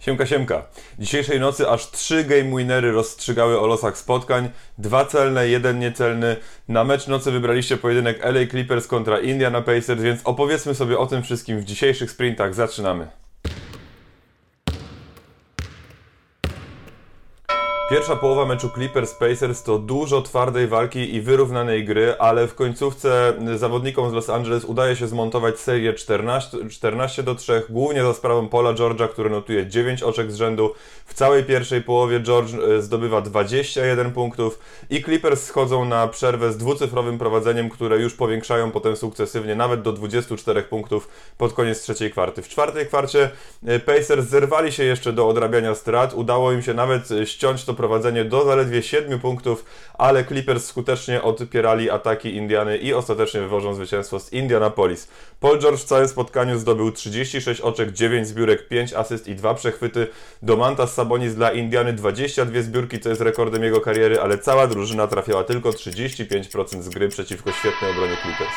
Siemka, siemka. Dzisiejszej nocy aż 3 game winery rozstrzygały o losach spotkań. 2 celne, 1 niecelny. Na mecz nocy wybraliście pojedynek LA Clippers kontra Indiana Pacers, więc opowiedzmy sobie o tym wszystkim w dzisiejszych sprintach. Zaczynamy. Pierwsza połowa meczu Clippers-Pacers to dużo twardej walki i wyrównanej gry, ale w końcówce zawodnikom z Los Angeles udaje się zmontować serię 14-3, głównie za sprawą Paula George'a, który notuje 9 oczek z rzędu. W całej pierwszej połowie George zdobywa 21 punktów i Clippers schodzą na przerwę z dwucyfrowym prowadzeniem, które już powiększają potem sukcesywnie nawet do 24 punktów pod koniec trzeciej kwarty. W czwartej kwarcie Pacers zerwali się jeszcze do odrabiania strat, udało im się nawet ściąć to prowadzenie do zaledwie 7 punktów, ale Clippers skutecznie odpierali ataki Indiany i ostatecznie wywożą zwycięstwo z Indianapolis. Paul George w całym spotkaniu zdobył 36 oczek, 9 zbiórek, 5 asyst i 2 przechwyty. Domantas Sabonis dla Indiany 22 zbiórki, co jest rekordem jego kariery, ale cała drużyna trafiała tylko 35% z gry przeciwko świetnej obronie Clippers.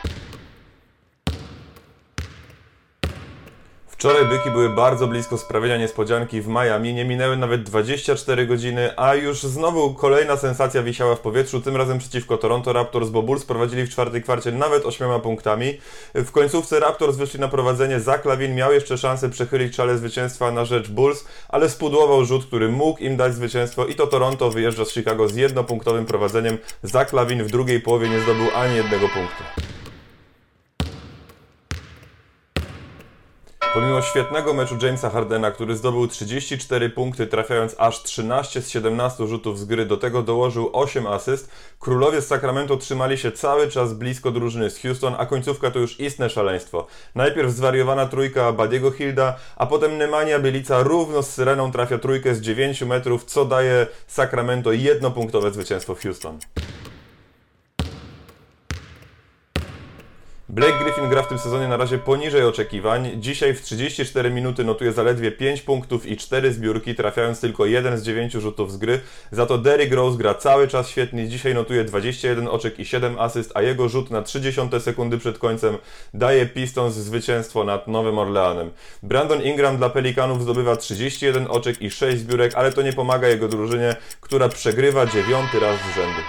Wczoraj byki były bardzo blisko sprawienia niespodzianki w Miami, nie minęły nawet 24 godziny, a już znowu kolejna sensacja wisiała w powietrzu, tym razem przeciwko Toronto Raptors, bo Bulls prowadzili w czwartej kwarcie nawet 8 punktami. W końcówce Raptors wyszli na prowadzenie, Zach LaVine miał jeszcze szansę przechylić szale zwycięstwa na rzecz Bulls, ale spudłował rzut, który mógł im dać zwycięstwo i to Toronto wyjeżdża z Chicago z jednopunktowym prowadzeniem. Zach LaVine w drugiej połowie nie zdobył ani jednego punktu. Pomimo świetnego meczu Jamesa Hardena, który zdobył 34 punkty, trafiając aż 13 z 17 rzutów z gry, do tego dołożył 8 asyst, królowie z Sacramento trzymali się cały czas blisko drużyny z Houston, a końcówka to już istne szaleństwo. Najpierw zwariowana trójka Buddy'ego Hielda, a potem Nemanja Bjelica równo z syreną trafia trójkę z 9 metrów, co daje Sacramento jednopunktowe zwycięstwo w Houston. Blake Griffin gra w tym sezonie na razie poniżej oczekiwań. Dzisiaj w 34 minuty notuje zaledwie 5 punktów i 4 zbiórki, trafiając tylko 1 z 9 rzutów z gry. Za to Derrick Rose gra cały czas świetnie. Dzisiaj notuje 21 oczek i 7 asyst, a jego rzut na 30 sekundy przed końcem daje Pistons zwycięstwo nad Nowym Orleanem. Brandon Ingram dla Pelikanów zdobywa 31 oczek i 6 zbiórek, ale to nie pomaga jego drużynie, która przegrywa 9. raz z rzędu.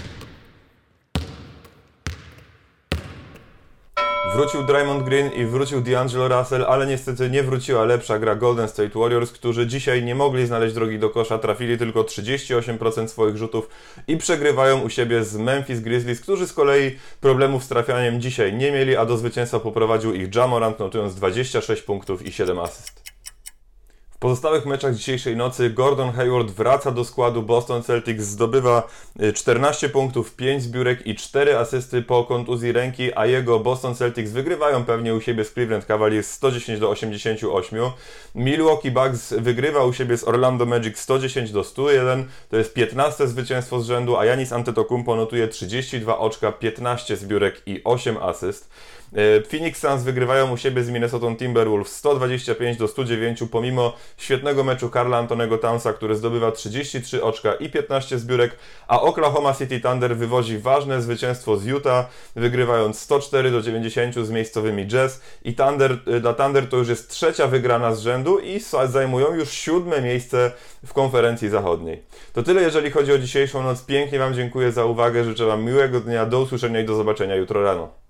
Wrócił Draymond Green i wrócił D'Angelo Russell, ale niestety nie wróciła lepsza gra Golden State Warriors, którzy dzisiaj nie mogli znaleźć drogi do kosza, trafili tylko 38% swoich rzutów i przegrywają u siebie z Memphis Grizzlies, którzy z kolei problemów z trafianiem dzisiaj nie mieli, a do zwycięstwa poprowadził ich Ja Morant, notując 26 punktów i 7 asyst. W pozostałych meczach dzisiejszej nocy Gordon Hayward wraca do składu Boston Celtics, zdobywa 14 punktów, 5 zbiórek i 4 asysty po kontuzji ręki, a jego Boston Celtics wygrywają pewnie u siebie z Cleveland Cavaliers 110-88. Milwaukee Bucks wygrywa u siebie z Orlando Magic 110-101, to jest 15 zwycięstwo z rzędu, a Giannis Antetokounmpo notuje 32 oczka, 15 zbiórek i 8 asyst. Phoenix Suns wygrywają u siebie z Minnesota Timberwolves 125-109 pomimo świetnego meczu Karla Antonego Townsa, który zdobywa 33 oczka i 15 zbiórek, a Oklahoma City Thunder wywozi ważne zwycięstwo z Utah, wygrywając 104-90 z miejscowymi Jazz i dla Thunder to już jest trzecia wygrana z rzędu i zajmują już 7. miejsce w konferencji zachodniej. To tyle jeżeli chodzi o dzisiejszą noc. Pięknie Wam dziękuję za uwagę, życzę Wam miłego dnia, do usłyszenia i do zobaczenia jutro rano.